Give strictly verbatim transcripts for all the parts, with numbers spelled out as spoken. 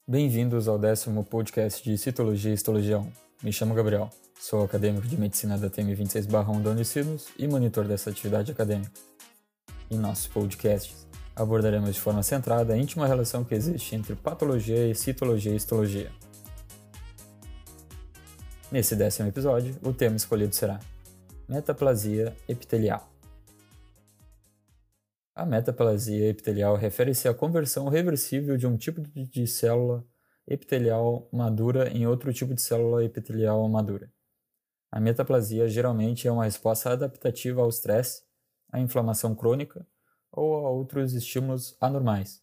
Bem-vindos ao décimo podcast de Citologia e Histologia um. Me chamo Gabriel, sou acadêmico de Medicina da T M vinte e seis barra um da Unicinos e monitor dessa atividade acadêmica. Em nossos podcasts, abordaremos de forma centrada a íntima relação que existe entre patologia e citologia e histologia. Nesse décimo episódio, o tema escolhido será metaplasia epitelial. A metaplasia epitelial refere-se à conversão reversível de um tipo de célula epitelial madura em outro tipo de célula epitelial madura. A metaplasia geralmente é uma resposta adaptativa ao estresse, à inflamação crônica ou a outros estímulos anormais.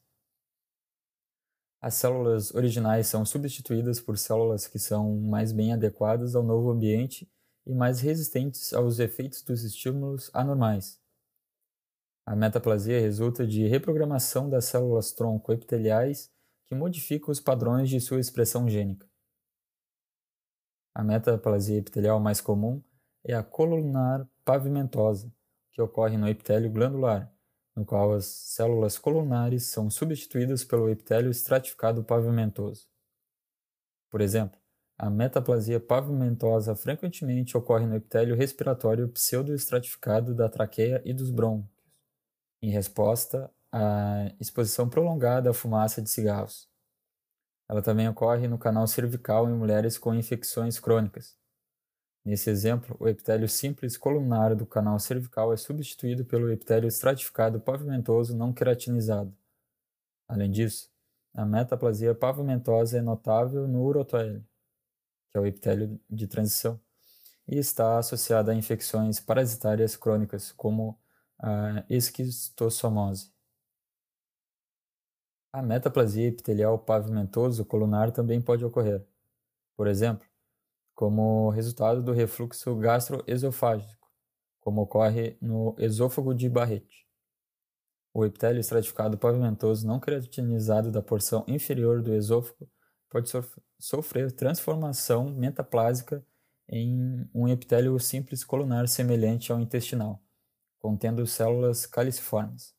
As células originais são substituídas por células que são mais bem adequadas ao novo ambiente e mais resistentes aos efeitos dos estímulos anormais. A metaplasia resulta de reprogramação das células tronco epiteliais que modificam os padrões de sua expressão gênica. A metaplasia epitelial mais comum é a colunar pavimentosa, que ocorre no epitélio glandular, no qual as células colunares são substituídas pelo epitélio estratificado pavimentoso. Por exemplo, a metaplasia pavimentosa frequentemente ocorre no epitélio respiratório pseudoestratificado da traqueia e dos brônquios, em resposta à exposição prolongada à fumaça de cigarros. Ela também ocorre no canal cervical em mulheres com infecções crônicas. Nesse exemplo, o epitélio simples colunar do canal cervical é substituído pelo epitélio estratificado pavimentoso não queratinizado. Além disso, a metaplasia pavimentosa é notável no urotelio, que é o epitélio de transição, e está associada a infecções parasitárias crônicas, como a esquistossomose. A metaplasia epitelial pavimentoso colunar também pode ocorrer, por exemplo, como resultado do refluxo gastroesofágico, como ocorre no esôfago de Barrett. O epitélio estratificado pavimentoso não queratinizado da porção inferior do esôfago pode sof- sofrer transformação metaplásica em um epitélio simples colunar semelhante ao intestinal, contendo células caliciformes.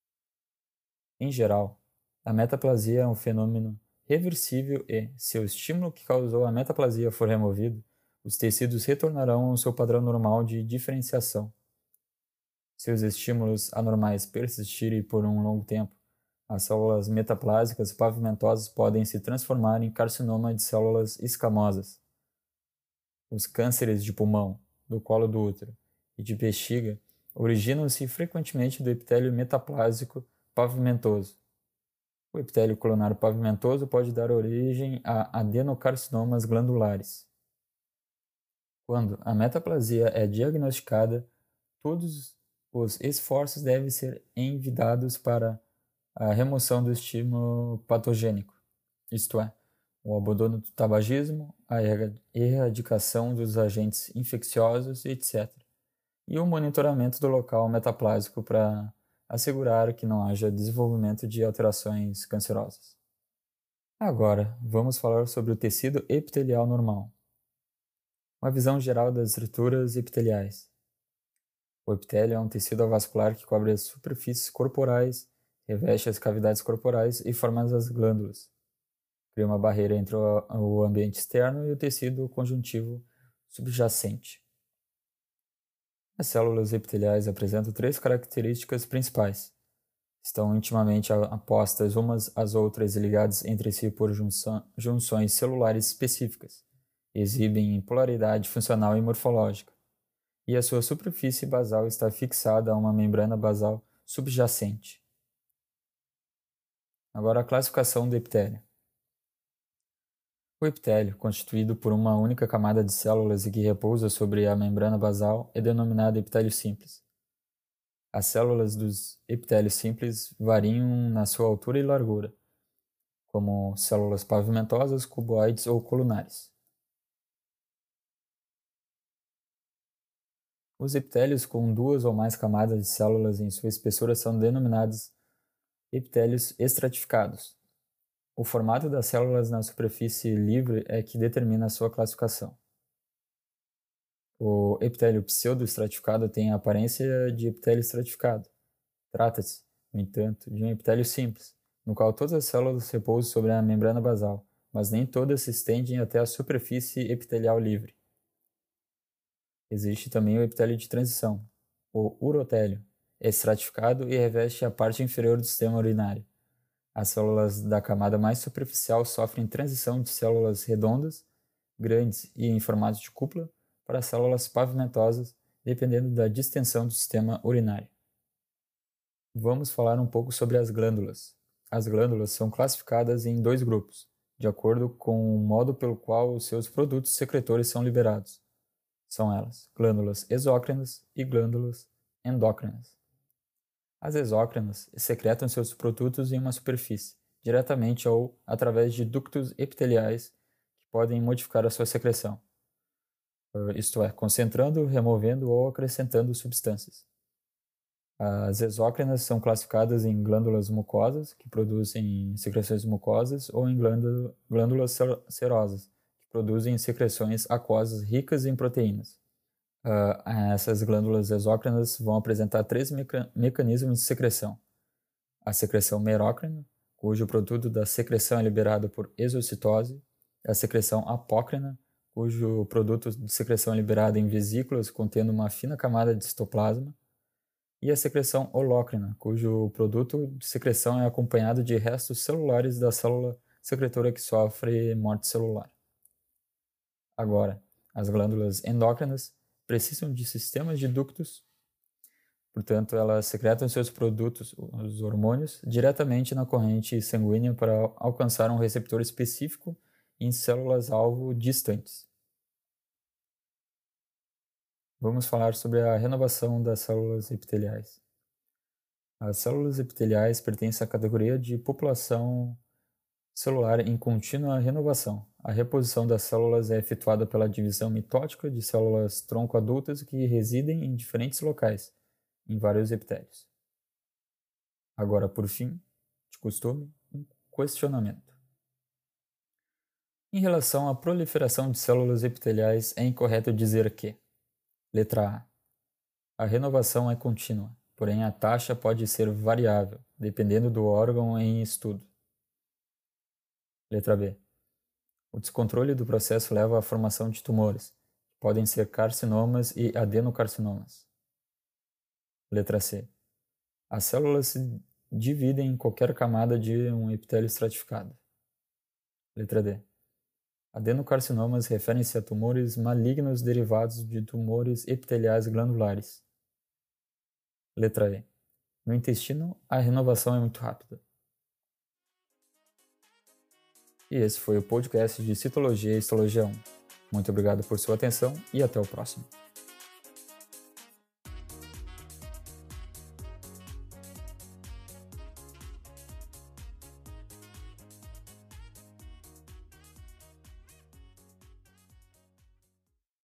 Em geral, a metaplasia é um fenômeno reversível e, se o estímulo que causou a metaplasia for removido, os tecidos retornarão ao seu padrão normal de diferenciação. Se os estímulos anormais persistirem por um longo tempo, as células metaplásicas pavimentosas podem se transformar em carcinoma de células escamosas. Os cânceres de pulmão, do colo do útero e de bexiga originam-se frequentemente do epitélio metaplásico pavimentoso. O epitélio colunar pavimentoso pode dar origem a adenocarcinomas glandulares. Quando a metaplasia é diagnosticada, todos os esforços devem ser envidados para a remoção do estímulo patogênico, isto é, o abandono do tabagismo, a erradicação dos agentes infecciosos, etcétera, e o monitoramento do local metaplásico para assegurar que não haja desenvolvimento de alterações cancerosas. Agora, vamos falar sobre o tecido epitelial normal. Uma visão geral das estruturas epiteliais. O epitélio é um tecido avascular que cobre as superfícies corporais, reveste as cavidades corporais e forma as glândulas. Cria uma barreira entre o ambiente externo e o tecido conjuntivo subjacente. As células epiteliais apresentam três características principais. Estão intimamente apostas umas às outras e ligadas entre si por junção, junções celulares específicas. Exibem polaridade funcional e morfológica. E a sua superfície basal está fixada a uma membrana basal subjacente. Agora a classificação do epitélio. O epitélio, constituído por uma única camada de células e que repousa sobre a membrana basal, é denominado epitélio simples. As células dos epitélios simples variam na sua altura e largura, como células pavimentosas, cuboides ou colunares. Os epitélios com duas ou mais camadas de células em sua espessura são denominados epitélios estratificados. O formato das células na superfície livre é que determina a sua classificação. O epitélio pseudoestratificado tem a aparência de epitélio estratificado. Trata-se, no entanto, de um epitélio simples, no qual todas as células repousam sobre a membrana basal, mas nem todas se estendem até a superfície epitelial livre. Existe também o epitélio de transição, o urotélio, é estratificado e reveste a parte inferior do sistema urinário. As células da camada mais superficial sofrem transição de células redondas, grandes e em formato de cúpula, para células pavimentosas, dependendo da distensão do sistema urinário. Vamos falar um pouco sobre as glândulas. As glândulas são classificadas em dois grupos, de acordo com o modo pelo qual os seus produtos secretores são liberados. São elas glândulas exócrinas e glândulas endócrinas. As exócrinas secretam seus produtos em uma superfície, diretamente ou através de ductos epiteliais que podem modificar a sua secreção, isto é, concentrando, removendo ou acrescentando substâncias. As exócrinas são classificadas em glândulas mucosas, que produzem secreções mucosas, ou em glândulas serosas, que produzem secreções aquosas ricas em proteínas. Uh, essas glândulas exócrinas vão apresentar três meca mecanismos de secreção. A secreção merócrina, cujo produto da secreção é liberado por exocitose. A secreção apócrina, cujo produto de secreção é liberado em vesículas contendo uma fina camada de citoplasma. E a secreção holócrina, cujo produto de secreção é acompanhado de restos celulares da célula secretora que sofre morte celular. Agora, as glândulas endócrinas precisam de sistemas de ductos, portanto, elas secretam seus produtos, os hormônios, diretamente na corrente sanguínea para alcançar um receptor específico em células-alvo distantes. Vamos falar sobre a renovação das células epiteliais. As células epiteliais pertencem à categoria de população celular em contínua renovação. A reposição das células é efetuada pela divisão mitótica de células tronco adultas que residem em diferentes locais, em vários epitélios. Agora, por fim, de costume, um questionamento. Em relação à proliferação de células epiteliais, é incorreto dizer que: letra A. A renovação é contínua, porém a taxa pode ser variável, dependendo do órgão em estudo. Letra B. O descontrole do processo leva à formação de tumores, que podem ser carcinomas e adenocarcinomas. Letra C. As células se dividem em qualquer camada de um epitélio estratificado. Letra D. Adenocarcinomas referem-se a tumores malignos derivados de tumores epiteliais glandulares. Letra E. No intestino, a renovação é muito rápida. E esse foi o podcast de Citologia e Histologia um. Muito obrigado por sua atenção e até o próximo.